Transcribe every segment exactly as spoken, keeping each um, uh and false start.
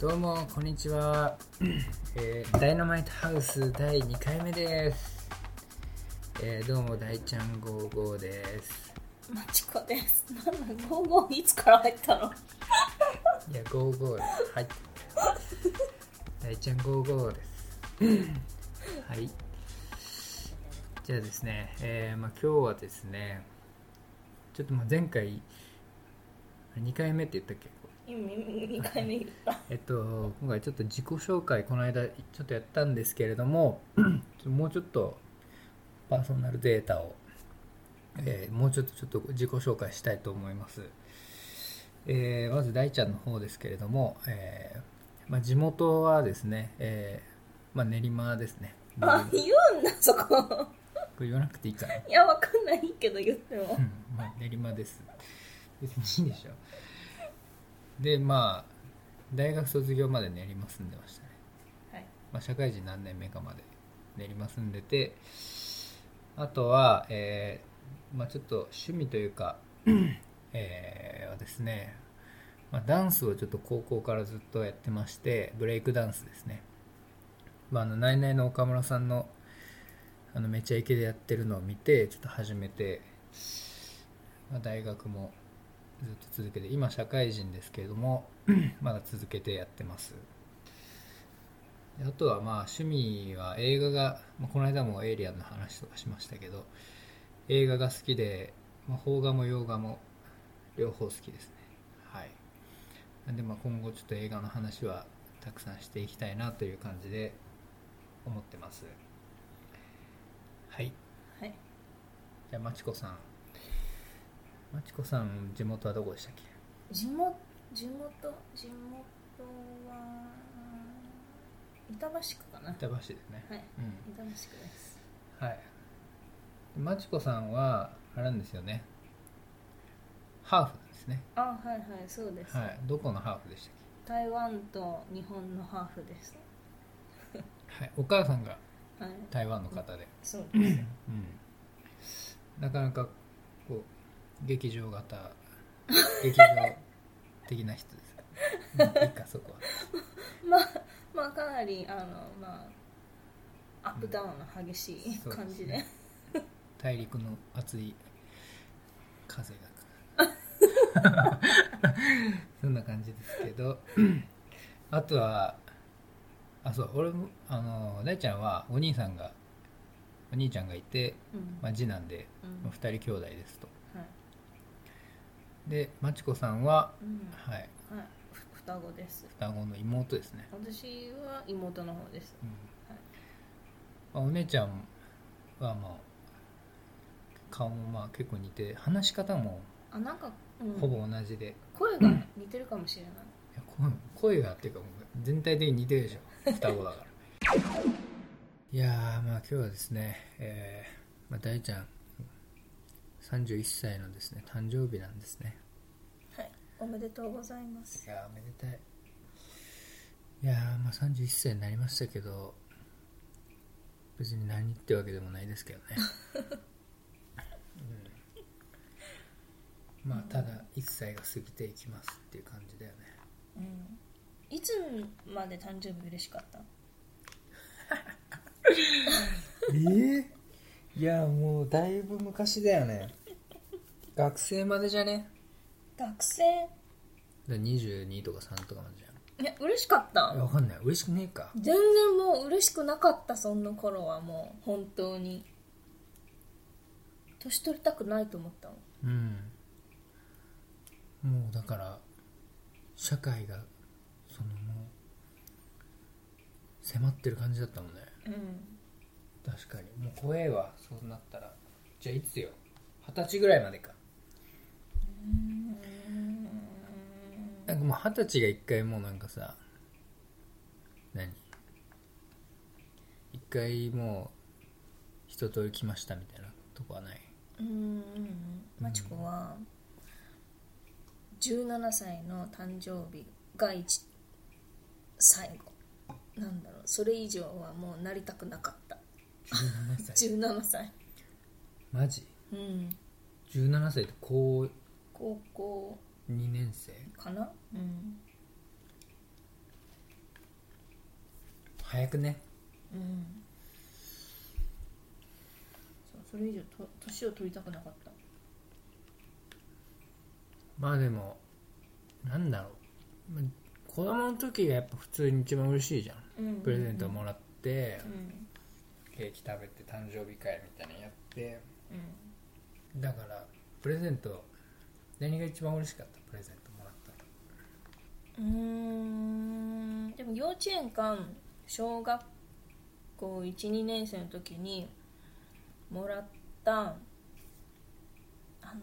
どうもこんにちは、えー、ダイナマイトハウスだいにかいめです、えー、どうも大ちゃんごじゅうごです。 まちこです。なんだごじゅうごいつから入ったの？ いやごじゅうご入って大ちゃんごじゅうごですはい、じゃあですね、えーまあ、今日はですねちょっとまあ前回にかいめって言ったっけ？ 今にかいめ言ったえっと今回ちょっと自己紹介この間ちょっとやったんですけれどももうちょっとパーソナルデータを、えー、もうちょっとちょっと自己紹介したいと思います。えー、まず大ちゃんの方ですけれども、えーまあ、地元はですね、えーまあ、練馬ですね。 あ、言うんだそこ。これ言わなくていいかな。いやわかんないけど言ってもまあ、練馬です。別にいいでしょ。でまあ大学卒業まで練馬住んでましたね。 はい、 まあ、社会人何年目かまで練馬住んでて、あとは、えーまあ、ちょっと趣味というか、えー、はですね、まあ、ダンスをちょっと高校からずっとやってまして、ブレイクダンスですね。まあ、あのナイナイの岡村さんのあのめちゃイケでやってるのを見てちょっと始めて、まあ、大学もずっと続けて、今社会人ですけれどもまだ続けてやってます。あとはまあ趣味は映画が、まあ、この間もエイリアンの話とかしましたけど、映画が好きで、まあ、邦画も洋画も両方好きですね。はい。なんでまあ今後ちょっと映画の話はたくさんしていきたいなという感じで思ってます。はい。 はい、 じゃあまちこさん、まちこさん地元はどこでしたっけ？ 地元地元地元は板橋区かな。 板橋ですね。 はい、 うん、 板橋区です。 はい。まちこさんはあれなんですよね、ハーフなんですね。 あ、はいはいそうです、 はい。どこのハーフでしたっ台湾と日本のハーフです。 け？はい。お母さんがはい、 台湾の方で、 そうです、 うん、なかなかこう劇場型劇場的な人です、うん、いいかそこはまあまあかなりあのまあアップダウンの激しい感じ で,、うん、 で、ね、大陸の熱い風がそんな感じですけどあとはあそう俺もあの大ちゃんはお兄さんがお兄ちゃんがいて、うんまあ、次男で、うん、ふたり兄弟ですと、はい、でまちこさんは、うんはいはい、双子です。 双子の妹ですね。 私は妹の方です、うんはいまあ、お姉ちゃんはまあ顔もまあ結構似て、話し方もあなんか、 うん、ほぼ同じで声が似てるかもしれない、 いや 声, 声がっていうか全体的に似てるでしょ双子だからいやーまあ今日はですね、えーまあ、大ちゃんさんじゅういっさいのですね誕生日なんですね。 はい、おめでとうございます。 いやーめでたい。いやーまあさんじゅういっさいになりましたけど、別に何ってわけでもないですけどね、うん、まあただいっさいが過ぎていきますっていう感じだよね、 うん、いつまで誕生日嬉しかったえー、いやもうだいぶ昔だよね。学生までじゃね？ 学生だにじゅうにとかさんとかまでじゃん。 いや嬉しかった。 わかんない、嬉しくねえか。 全然もう嬉しくなかった。そんな頃はもう本当に年取りたくないと思ったの。 うんもうだから社会がそのもう迫ってる感じだったもんね。うん確かにもう怖えわそうなったら。じゃあいつよ、二十歳ぐらいまでか。うんなんかもう二十歳が一回もうなんかさ、何一回もう一通り来ましたみたいなとこはない？ うんまちこはじゅうななさいの誕生日が一最後なんだろう、それ以上はもうなりたくなかった。 じゅうななさいじゅうななさいマジ？ うんじゅうななさいって高高校にねん生かな。うん早くね。 うんそう、それ以上と年を取りたくなかった。 まあでもなんだろう、まあ子供の時がやっぱ普通に一番嬉しいじゃん、 うんうんうん、 プレゼントもらって、 うん、 ケーキ食べて誕生日会みたいなのやって、 うん、 だからプレゼント何が一番嬉しかった？プレゼントもらったら。 うーんでも幼稚園か小学校 いち,に 年生の時にもらったあの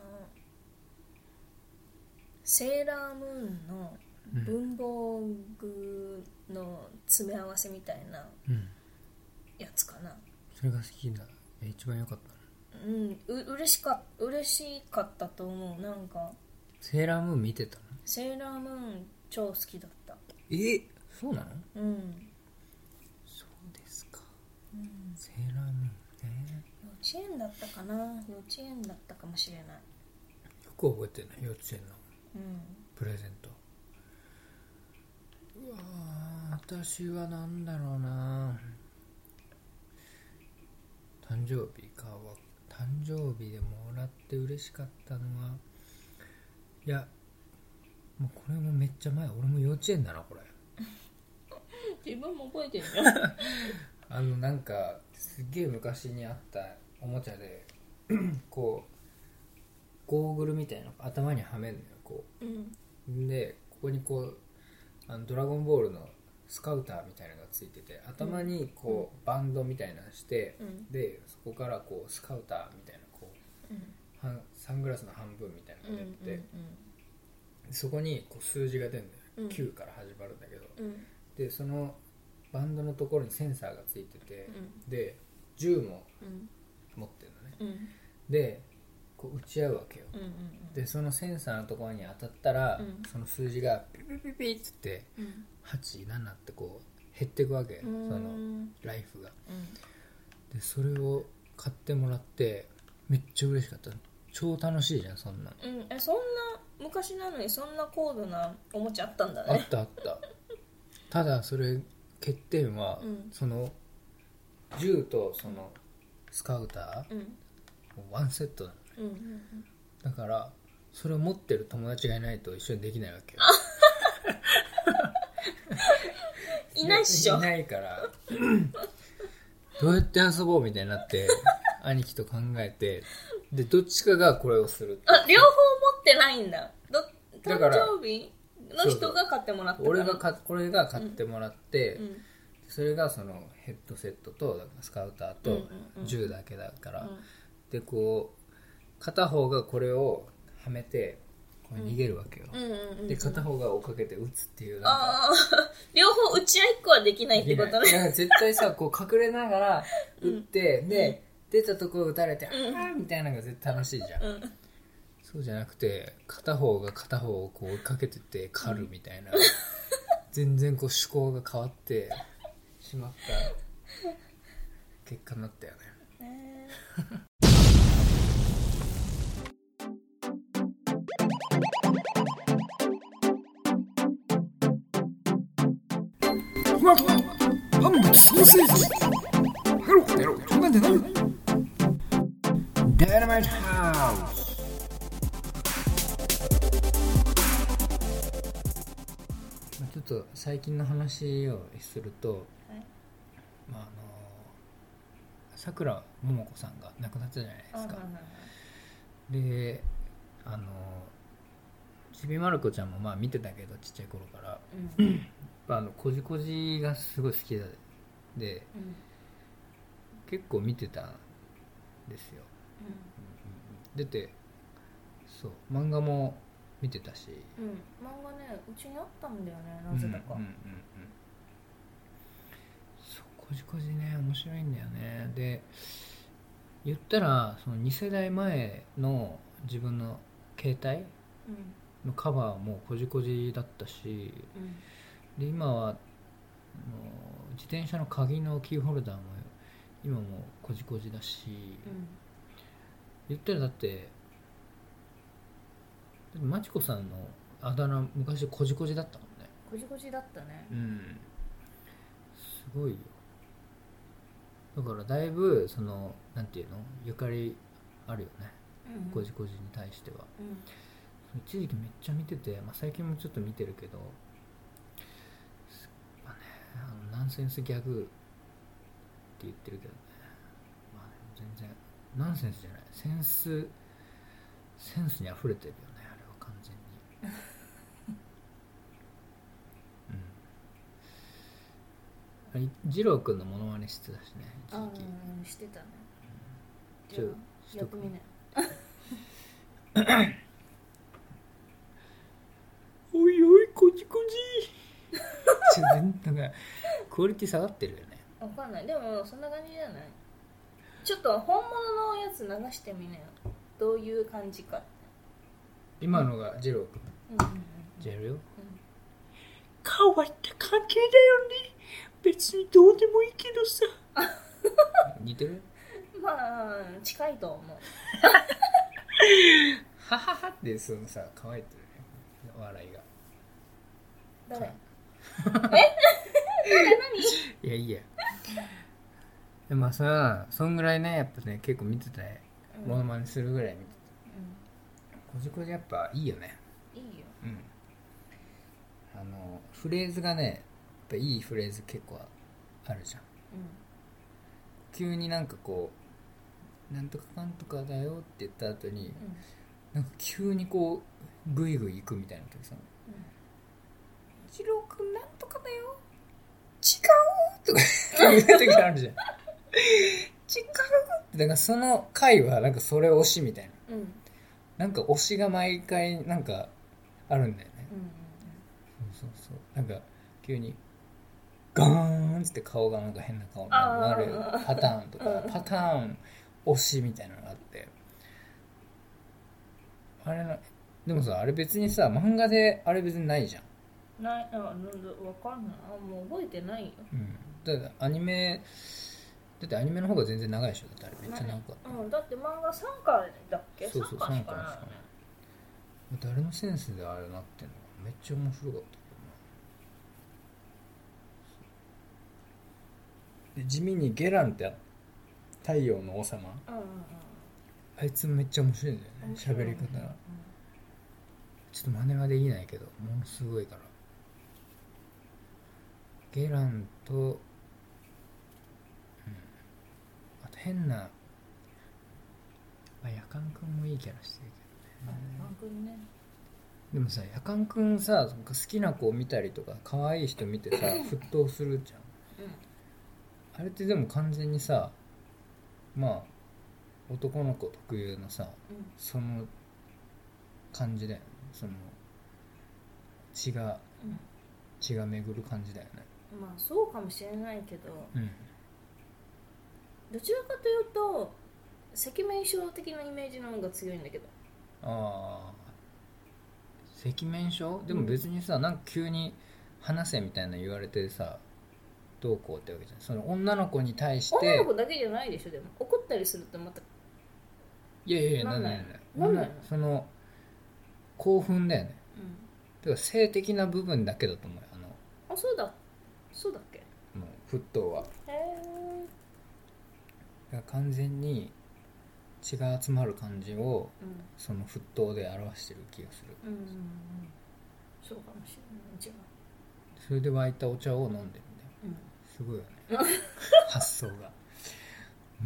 セーラームーンの文房具の詰め合わせみたいなやつかな、うん、 それが好きな一番良かったの。うん、う嬉しか嬉しかったと思う。なんかセーラームーン見てたの？ セーラームーン超好きだった。 えそうなの？ うんそうですか、 うん、 セーラームーンね。 幼稚園だったかな、幼稚園だったかもしれない。よく覚えてるの？幼稚園のうんプレゼント。うわ私はなんだろうな、誕生日かは誕生日でもらって嬉しかったのはいやもうこれもめっちゃ前、俺も幼稚園だなこれ自分も覚えてるよあのなんかすっげえ昔にあったおもちゃでこうゴーグルみたいなの頭にはめんのよこう、うん、でここにこうあのドラゴンボールのスカウターみたいなのがついてて、頭にこう、うん、バンドみたいなのして、うん、でそこからこうスカウターみたいなこう、うん、サングラスの半分みたいなのが出てて、うんうんうん、そこにこう数字が出るんだよ、うん、きゅうから始まるんだけど、うん、でそのバンドのところにセンサーがついてて、うん、で銃も持ってるのね、うん、でこう撃ち合うわけよ、うんうんうん、でそのセンサーのところに当たったら、うん、その数字がピピピピッつって、うん、はち、ななってこう減っていくわけ、そのライフが、うん、でそれを買ってもらってめっちゃ嬉しかった。超楽しいじゃんそんな、 うん、えそんな昔なのにそんな高度なおもちゃあったんだね。 あったあったただそれ欠点は、うん、その銃とそのスカウター、うん、ワンセットなの、うんうんうん、だからそれを持ってる友達がいないと一緒にできないわけよいないっしょ。 いないからどうやって遊ぼうみたいになって兄貴と考えて、でどっちかがこれをするって。 あ、両方持ってないんだ。ど誕生日の人が買ってもらったから。 俺がかこれが買ってもらって、うんうん、それがそのヘッドセットとスカウターと銃だけだから、うんうんうん、でこう片方がこれをはめてこう逃げるわけよ、うんうんうんうん、で片方が追っかけて撃つっていう、なんかあ両方撃ち合いっこはできないってことね。 いや絶対さこう隠れながら撃って、うん、で、うん、出たところ撃たれて、うん、あーみたいなのが絶対楽しいじゃん、うん、そうじゃなくて片方が片方をこう追いかけてて狩るみたいな、うん、全然こう趣向が変わってしまった結果になったよね、えーこの後は万物創生時。ハローやろう、そんなんじゃないよ。ダイナマイトハウス。 ちょっと最近の話をすると、はい、まああのさくらももこさんが亡くなったじゃないですか。はいはいはい、であのちびまる子ちゃんもまあ見てたけどちっちゃい頃から、うん、あのこじこじがすごい好きで、で、うん、結構見てたんですよ、うん、出てそう漫画も見てたし、 うん、漫画ねうちにあったんだよね、なぜだか、うんうんうんうん、 そうこじこじね面白いんだよね。で言ったらそのに世代前の自分の携帯のカバーもこじこじだったし、うん、で今は自転車の鍵のキーホルダーも今もこじこじだし、うん、言ったらだってまちこさんのあだ名昔こじこじだったもんね。 こじこじだったね。 うん。 すごいよ。だからだいぶそのなんていうのゆかりあるよね、 うんこじこじに対しては。 うん一時期めっちゃ見てて、まあ、最近もちょっと見てるけど、まあね、あのナンセンスギャグって言ってるけどね、まあ、全然ナンセンスじゃない、センスセンスに溢れてるよね、あれは完全に。うん、二郎くんのモノマネしてたしね、一あ時期。 あしてたね、 ちょじゃあやってみなよ。 おいおいこじこじちょ全然なんかクオリティ下がってるよね。 わかんない、でもそんな感じじゃない。ちょっと本物のやつ流してみなよ、どういう感じかって。 今のが二郎くん。 うんうんうん、 じゃあやるよ。 変わった関係だよね。別にどうでもいいけどさ。 似てる？ まあ近いと思う。 はははってそのさ乾いてるね笑いが。 誰？え？ いやいいや。でもさそんぐらいねやっぱね結構見てたね、 うん、 モノマネするぐらい見てうん、 た。こじこじやっぱいいよね。 いいよ。 うんあのフレーズがねやっぱいいフレーズ結構あるじゃん。 う急になんかこうなんとかかんとかだよって言った後に、 んうんなんか急にこうグイグイ行くみたいな時さ、一郎くんなんとかだよ違うとか言う時あるじゃん。違うってだからその回はなんかそれ推しみたいな、 うんうんなんか推しが毎回なんかあるんだよね。 うんそうそうそうなんか急にガーンって顔がなんか変な顔になるパターンとかパターン推しみたいなのがあって、あれなでもさあれ別にさ漫画であれ別にないじゃん。 ない、あ、なんだわかんない、あもう覚えてないよ。 うん、だってアニメだってアニメの方が全然長いでしょ。だってあれめっちゃ長かった。 うん、だって漫画さんかいだっけ？ そうそうさんかしかないよね。 誰のセンスであれなってんのめっちゃ面白かったけどな。で地味にゲランって太陽の王様、 うんうんうん、 あいつもめっちゃ面白いんだよね面白い喋り方が、ちょっと真似はできないけどものすごいから。ゲランと、うん、あと変な、まあ、夜間くんもいいキャラしてるけどね。 番組ね。 でもさ夜間くんさ好きな子を見たりとか可愛い人見てさ沸騰するじゃん。あれってでも完全にさまあ男の子特有のさ、 うん、 その感じだよね。その血が、 うん、 血が巡る感じだよね。 まあそうかもしれないけど、 うん、 どちらかというと赤面症的なイメージの方が強いんだけど。 ああ赤面症でも別にさ、うん、なんか急に話せみたいな言われてさどうこうってわけじゃん。その女の子に対して女の子だけじゃないでしょ。でも怒ったりするとまたいやいやいやなんないなんないその興奮だよね。うん、だから性的な部分だけだと思うよ。あのあそうだそうだっけ。 もう沸騰はへえ。 だから完全に血が集まる感じを、うん、その沸騰で表してる気がする。うんうんうん、 そうかもしれない。じゃあそれで沸いたお茶を飲んでるんだよ、うん、すごいよね発想が、うん、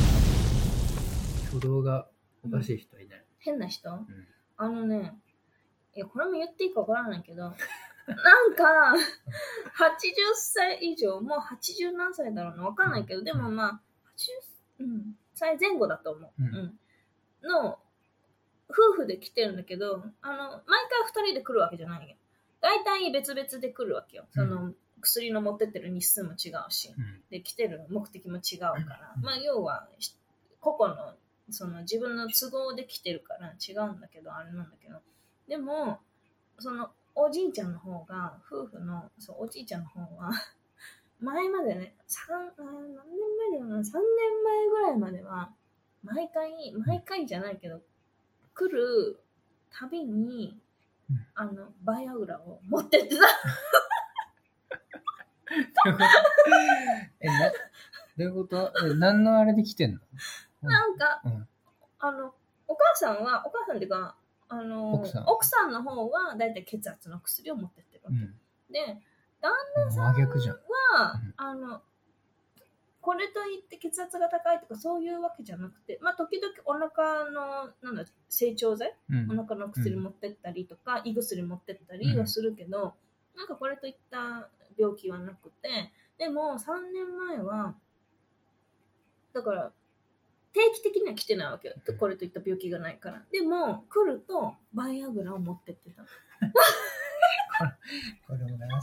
初動がおかしい人はいない、うん、 変な人、うん、あのねいやこれも言っていいかわからないけどなんかはちじゅっさい以上もうはちじゅう何歳だろうなわかんないけど、うん、でもまあはちじゅっさい前後だと思う、うんうん、の夫婦で来てるんだけどあの毎回ふたりで来るわけじゃないよ。大体別々で来るわけよ。その、うん、薬の持ってってる日数も違うし、うん、で来てる目的も違うから、うん、まあ要は個々のその自分の都合で来てるから違うんだけどあれなんだけど、でもそのおじいちゃんの方が夫婦のそうおじいちゃんの方は前までねさん何年前だよなさんねんまえぐらいまでは毎回毎回じゃないけど来るたびにあのバイアグラを持ってってたいうことえ、な、どういうことえ、何のあれで来てんの？ なんか、 うん。 あの、お母さんは、お母さんっていうか、あの、 奥さん奥さんの方はだいたい血圧の薬を持ってってるわけ。 うん。 で、旦もう真逆じゃん。 那は、 うんあの、これといって血圧が高いとかそういうわけじゃなくて、まあ、時々お腹の、なんだ、成長剤、 うん。 お腹の薬持ってったりとか、胃薬持ってったりはするけど、なんかこれといった病気はなくて、でもさんねんまえは、だから定期的には来てないわけよ。これといった病気がないから。でも来るとバイアグラを持ってってたの。 これも長すぎる。 やば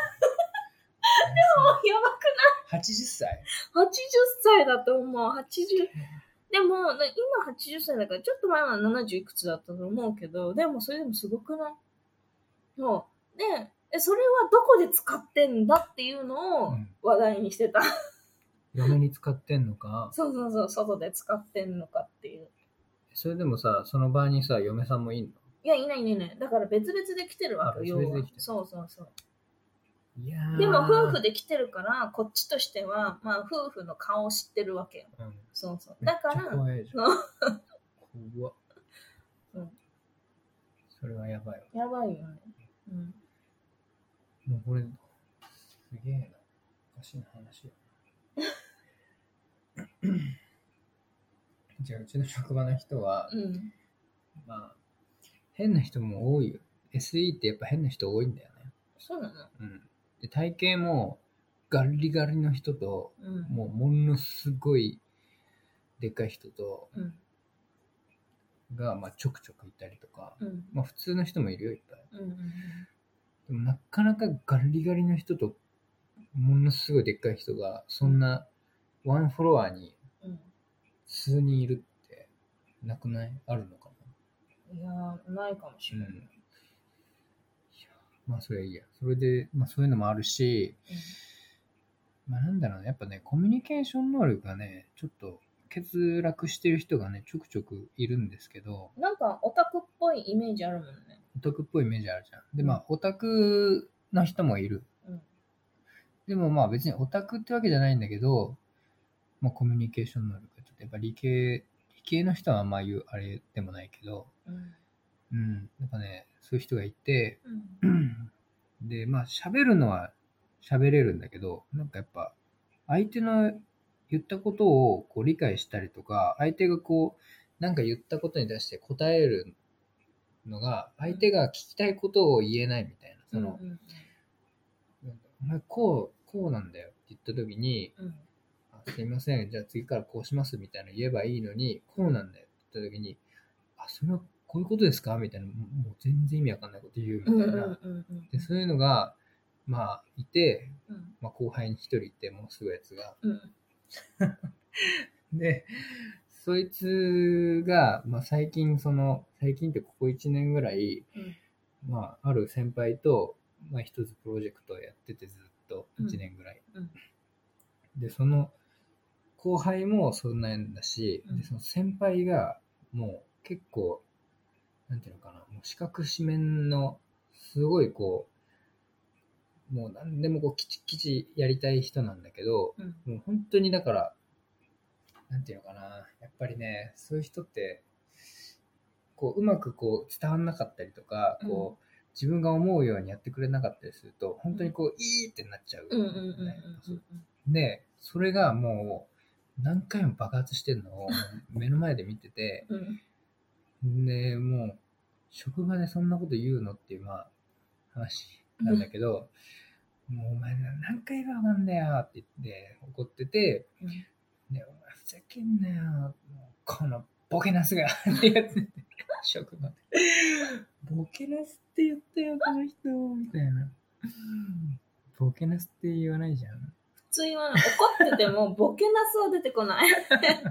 くはちじゅっさいない？ はちじゅっ 歳だと思う。はちじゅう。でも今はちじゅっさいだからちょっと前はななじゅういくつだったと思うけど、でもそれでもすごくない？そうで、それはどこで使ってんだっていうのを話題にしてた。 嫁に使ってんのか。 そうそうそう、外で使ってんのかっていう。 それでもさ、その場にさ、嫁さんもいんの？ いや、いないいないいない。だから別々で来てるわけよ。 あ別々で来てるそうそうそう。 いやーでも夫婦で来てるから、こっちとしては、まあ夫婦の顔を知ってるわけよ。 うん、 そうそう。だから、 めっちゃ怖いじゃん。怖っ。 うん。 それはやばいわ。 やばいよね。うん。 もうこれ、すげえな。おかしいな話よ。じゃあうちの職場の人は、 うん、 まあ変な人も多いよ。 エスイー ってやっぱ変な人多いんだよね。 そうなの？ うん。で体型もガリガリの人と、 うん、 もうものすごいでかい人と、 うん、 がまあちょくちょくいたりとか、 うん、 まあ普通の人もいるよいっぱい。 うんうん、 でもなかなかガリガリの人とものすごいでっかい人がそんなワンフロアに数人いるってなくない？あるのかな？いやー、ないかもしれない。うん、いやまあそれはいいや。それで、まあそういうのもあるし、うん、まあなんだろうね、やっぱね、コミュニケーション能力がね、ちょっと欠落してる人がね、ちょくちょくいるんですけど、 なんかオタクっぽいイメージあるもんね。 オタクっぽいイメージあるじゃん。で、まあオタクの人もいる。うん、でもまあ別にオタクってわけじゃないんだけど、まあコミュニケーション能力がちょっとやっぱ理系、理系の人はあんま言うあれでもないけど、うん、うん、やっぱね、そういう人がいて、うん、で、まあ喋るのは喋れるんだけど、なんかやっぱ相手の言ったことをこう理解したりとか、相手がこう、なんか言ったことに対して答えるのが、相手が聞きたいことを言えないみたいな、その、うんうん、お前こう、こうなんだよって言った時に、うん、あすいません、じゃあ次からこうしますみたいな言えばいいのに、こうなんだよって言った時に、あ、それはこういうことですかみたいな、もう全然意味わかんないこと言うみたいな。うんうんうんうん、でそういうのが、まあ、いて、うんまあ、後輩に一人いて、もうすぐやつが。うんで、そいつが、まあ、最近、その、最近ってここいちねんぐらい、うん、まあ、ある先輩と、まあ、一つプロジェクトをやってて、ずっといちねんぐらい。うんうん、で、その、後輩もそんなんだし、うん、でその先輩が、もう結構、なんていうのかな、もう四角四面の、すごいこう、もう何でもこう、きちきちやりたい人なんだけど、うん、もう本当にだから、なんていうのかな、やっぱりね、そういう人って、こう、うまくこう、伝わんなかったりとか、こう、自分が思うようにやってくれなかったりすると、本当にこう、いいってなっちゃう。で、それがもう、何回も爆発してるのを目の前で見てて、うん、で、もう、職場でそんなこと言うのっていう、まあ、話なんだけど、うん、もうお前何回言えばわかんだよって言って怒ってて、うんで、お前ふざけんなよ、もうこのボケナスがってやつで、職場で。ボケナスって言ったよ、この人、みたいな。ボケナスって言わないじゃん。 普通言わない。怒ってても、ボケナスは出てこない。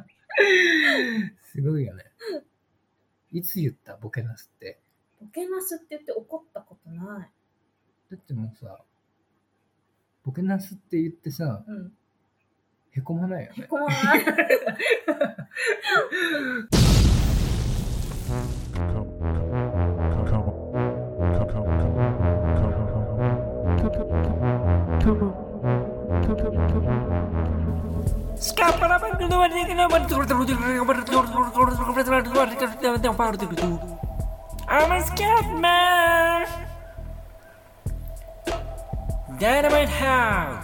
すごいよね。いつ言ったボケナスって。 ボケナスって言って怒ったことない。 だってもうさ、ボケナスって言ってさ、うんへこまないよね。 へこまない。 Come on. I'm a scared man. Dynamite House.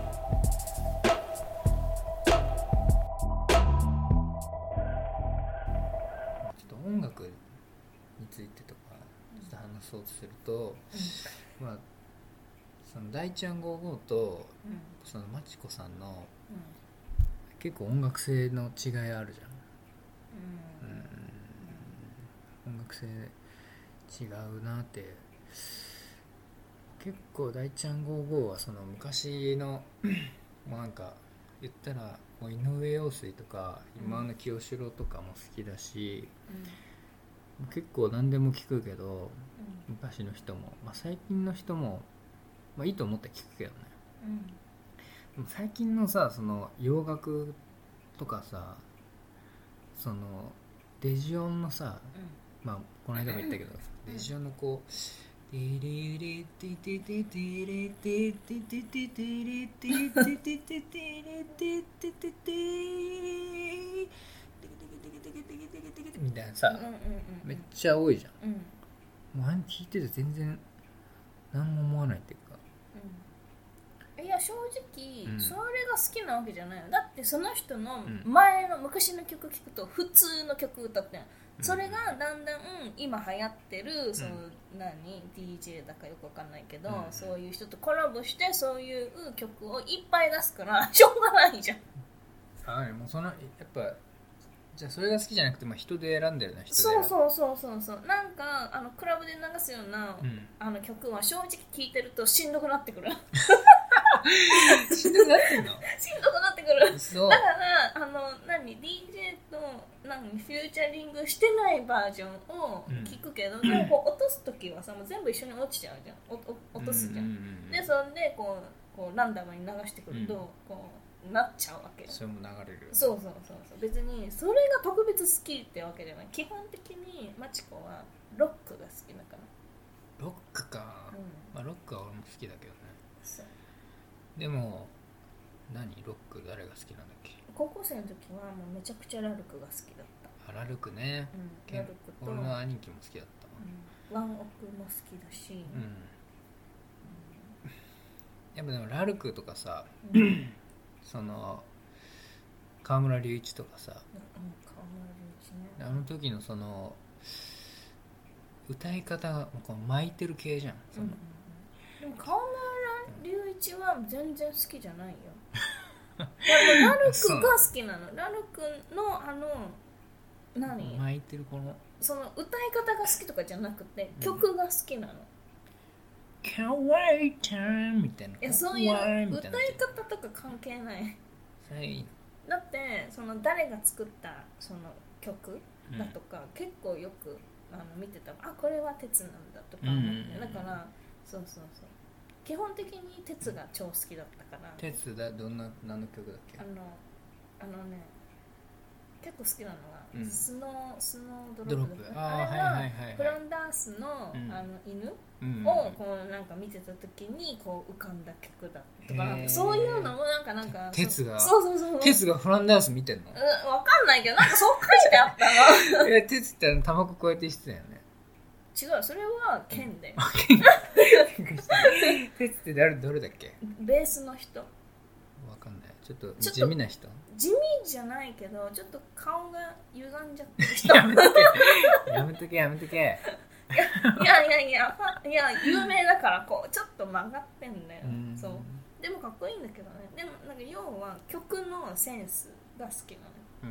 ちょっと音楽についてとかちょっと話そうとすると、うん、まあその大ちゃんごじゅうごと、うん、そのまちこさんの、うん、結構音楽性の違いあるじゃん、うんうん、音楽性違うなって。結構大ちゃんごじゅうごはその昔のもうなんか言ったらもう井上陽水とか今の清志郎とかも好きだし、うん、結構何でも聞くけど、うん、昔の人も、まあ、最近の人も、まあ、いいと思って聞くけどね、うん、でも最近のさその洋楽とかさそのデジオンのさ、うん、まあこの間も言ったけど、うん、デジオンのこうテレレテテテテレテテテテテレテテテテテレテテテテみたいなさ、めっちゃ多いじゃん。もうあれ聞いてて全然何も思わないっていうか。 いや正直それが好きなわけじゃないよ。だってその人の前の昔の曲聴くと普通の曲歌ってん。それがだんだん今流行ってるその何 ディージェー だかよくわかんないけど、うん、そういう人とコラボしてそういう曲をいっぱい出すからしょうがないじゃん。 ああもうそのやっぱじゃあそれが好きじゃなくて、まあ、人で選んでるな人でそうそうそうそうそうなんかあのクラブで流すような、うん、あの曲は正直聴いてるとしんどくなってくる。 しんどくなってんの？ しんどくなってくる。そうだからあの何 ディージェー と何フューチャリングしてないバージョンを聞くけど、うん、でもこう落とすときはさもう全部一緒に落ちちゃうじゃん。おお落とすじゃん。うんうんうん、でそれでこうこうランダムに流してくると、うん、こうなっちゃうわけ。 それも流れる。 そうそうそうそう。別にそれが特別好きってわけじゃない。基本的にマチコはロックが好きだから。 ロックか。うんまあ、ロックは俺も好きだけどね。 そう。 でも何ロック誰が好きなんだっけ？ 高校生の時はもうめちゃくちゃラルクが好きだった。 あラルクね、 うん、ラルクと俺の兄貴も好きだった、 うん、ワンオクも好きだし、うんうん、 やっぱでもラルクとかさ、うん、その河村隆一とかさ、うん、 河村隆一ねあの時のその歌い方がこう巻いてる系じゃんその、うんうん、でも河村隆一は全然好きじゃないよ。ラルクが好きなの。ラルクのあの何巻いてるこのその歌い方が好きとかじゃなくて、うん、曲が好きなの。 Can't wait time みたいな。いやそういう歌い方とか関係ない。だってその誰が作ったその曲だとか、うん、結構よくあの見てた。あこれは鉄なんだとか思って、うん、だからそうそうそう。基本的に鉄が超好きだったから。 鉄だどんな何の曲だっけ？ あのあのね結構好きなのが、うん、スノースノードロップだった。あれはフランダースの、うん、あの犬をこうなんか見てた時にこう浮かんだ曲だとか、なんかそういうのもなんかなんか鉄がそうそうそう鉄がフランダース見てんの？ うん、わかんないけどなんかそう書いてあったの。 え鉄ってタバコこうやってしてたよね。 違うそれは剣で。 鉄って誰どれだっけ？ ベースの人。わかんない。ちょっと地味な人。 地味じゃないけどちょっと顔が歪んじゃってる人。 やめとけやめとけやめとけ。いやいやいやいやいや有名だからこうちょっと曲がってんだよ。そう。でもかっこいいんだけどね。でもなんか要は曲のセンスが好きなの。 うん。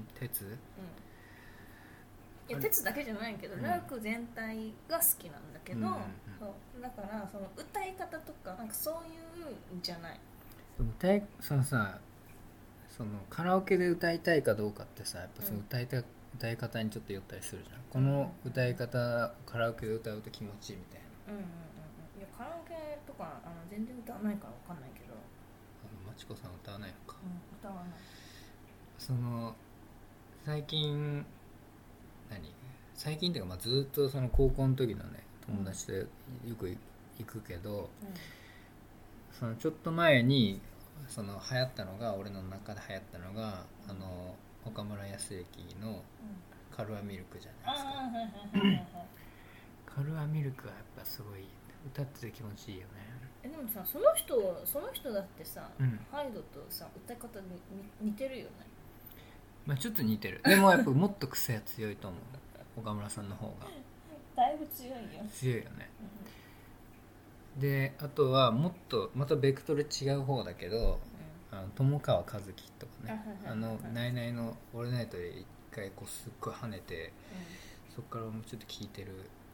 鉄？うん。 いや鉄だけじゃないけど、うん、ラルク全体が好きなんだけど、うんうんうん、そうだからその歌い方とかなんかそういうんじゃない。 歌いそのさそのカラオケで歌いたいかどうかってさやっぱその歌いた、うん、歌い方にちょっと寄ったりするじゃん。この歌い方カラオケで歌うと気持ちいいみたいな。うんうんうんいやカラオケとかあの全然歌わないからわかんないけど。 あのまちこさん歌わないのか。 うん歌わない。 その最近何最近っていうか、まあ、ずっとその高校の時のね友達とよく行くけど、うん、そのちょっと前にその流行ったのが俺の中で流行ったのがあの岡村康之のカルアミルクじゃないですか。カルアミルクはやっぱすごい歌ってて気持ちいいよね。 えでもさその人その人だってさ、 うん、 ハイドとさ歌い方に似てるよね。 まあちょっと似てる。でもやっぱもっと癖が強いと思う。岡村さんの方がだいぶ強いよ。 強いよね。うん、であとはもっとまたベクトル違う方だけど、うん、あの友川一樹とかね、あのナイナイのオールナイトで一回こうすっごい跳ねて、うん、そっからもうちょっと聴いてる。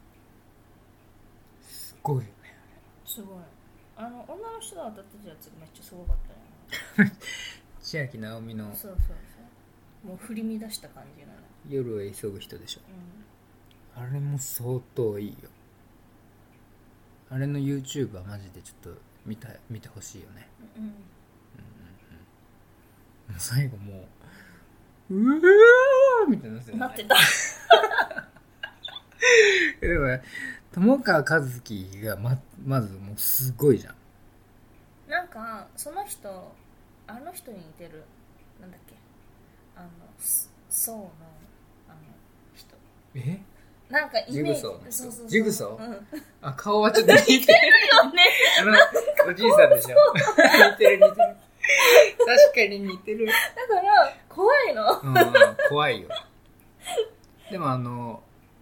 すごいよね。 すごい。あの女の人が歌ってたやつがめっちゃすごかったね。 千秋直美のそうそうそう、もう振り乱した感じなの。 夜を急ぐ人でしょ、うん、あれも相当いいよ。あれの YouTube はマジでちょっと見た見てほしいよね。うんうんうん、もう最後もううわーみたいな、ね、 なってた。 でも友川一樹が ま, まずもうすごいじゃん。 なんかその人あの人に似てる。なんだっけ、あのソウのあの人。 えなんかイメージ。 ジグソーの人。 そうそうそう、 ジグソー、 うん、 あ、顔はちょっと似てる似てるよね。 あのおじいさんでしょ。似てる似てる。確かに似てる。 だから怖いの、 うん、怖いよ。でもあの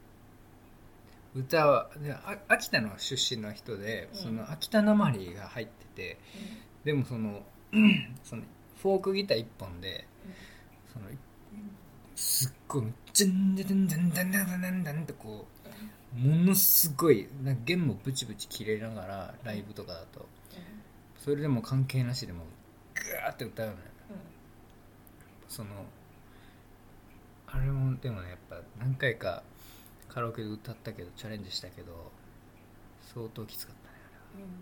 歌は秋田の出身の人で、うん、その秋田なまりが入ってて、うん、でもそのそのフォークギター一本で、うん、そのすっごいジャンジャンジャンジャンジャンジャンジャンってこう、うん、ものすごいなんか弦もブチブチ切れながらライブとかだと、うん、それでも関係なしでもグーって歌うのよ、うん、そのあれもでもねやっぱ何回かカラオケで歌ったけどチャレンジしたけど相当きつかったねあれは、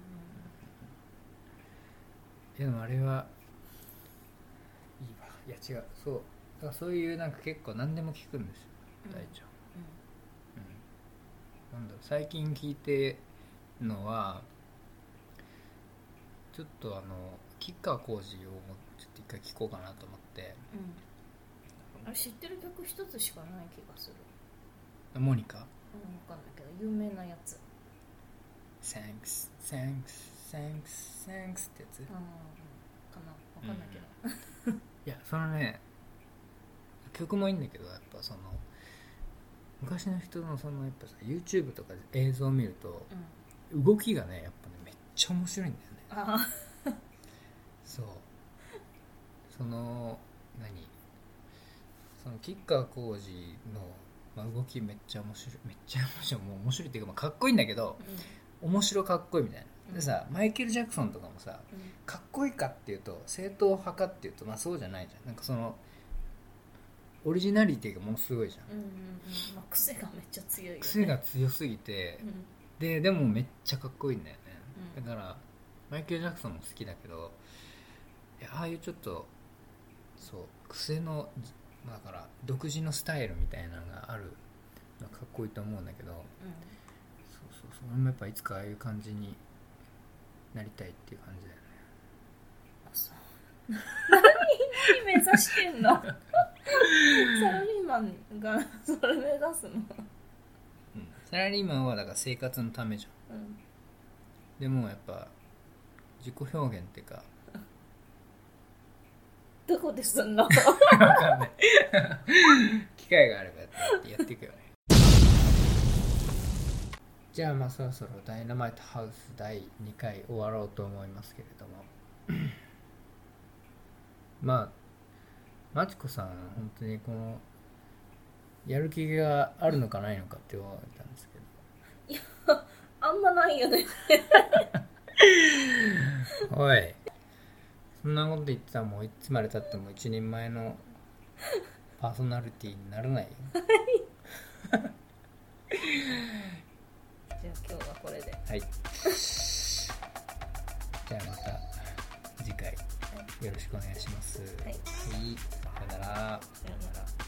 うん、でもあれはいいわ。いや違う、そうだからそういうなんか結構何でも聞くんですよ大ちゃん、うんうん、なんだろう最近聞いてるのはちょっとあの吉川晃司をちょっと一回聞こうかなと思って、 うん、あれ知ってる曲一つしかない気がする。 モニカ、うん、 分かんないけど有名なやつ。 Thanks Thanks Thanks Thanks ってやつ、うん、かな、分かんないけど、うん、 いやそのね曲もいいんだけどやっぱその昔の人のそのやっぱさ YouTube とかで映像を見ると、うん、動きがねやっぱねめっちゃ面白いんだよね。あそうその何その吉川晃司のまあ、動きめっちゃ面白いめっちゃ面白いもう面白いっていうか、まあ、かっこいいんだけど、うん、面白かっこいいみたいな、うん、でさマイケル・ジャクソンとかもさ、うん、かっこいいかっていうと正統派かっていうとまあそうじゃないじゃん。なんかそのオリジナリティがものすごいじゃん、うんうんうんまあ、癖がめっちゃ強いよね。 癖が強すぎて、うん、ででもめっちゃかっこいいんだよね、うん、だからマイケル・ジャクソンも好きだけどいやああいうちょっとそう癖のだから独自のスタイルみたいなのがあるのかっこいいと思うんだけど、うん、そうそうそう俺もやっぱいつかああいう感じになりたいっていう感じだよね。 あそう何, 何目指してんのサラリーマンがそれ目指すの、うん、 サラリーマンはだから生活のためじゃん、うん、でもやっぱ自己表現っていうかどこですんの分かんない機会があればやってやっていくよね。じゃあまあそろそろダイナマイトハウスだいにかい終わろうと思いますけれどもまあマチコさん本当にこのやる気があるのかないのかって言われたんですけど、 いやあんまないよねおいそんなこと言ってたらもういつまでたっても一人前のパーソナリティにならないよじゃあ今日はこれではいじゃあまた次回よろしくお願いします。はい、はい、さよなら。 さよなら。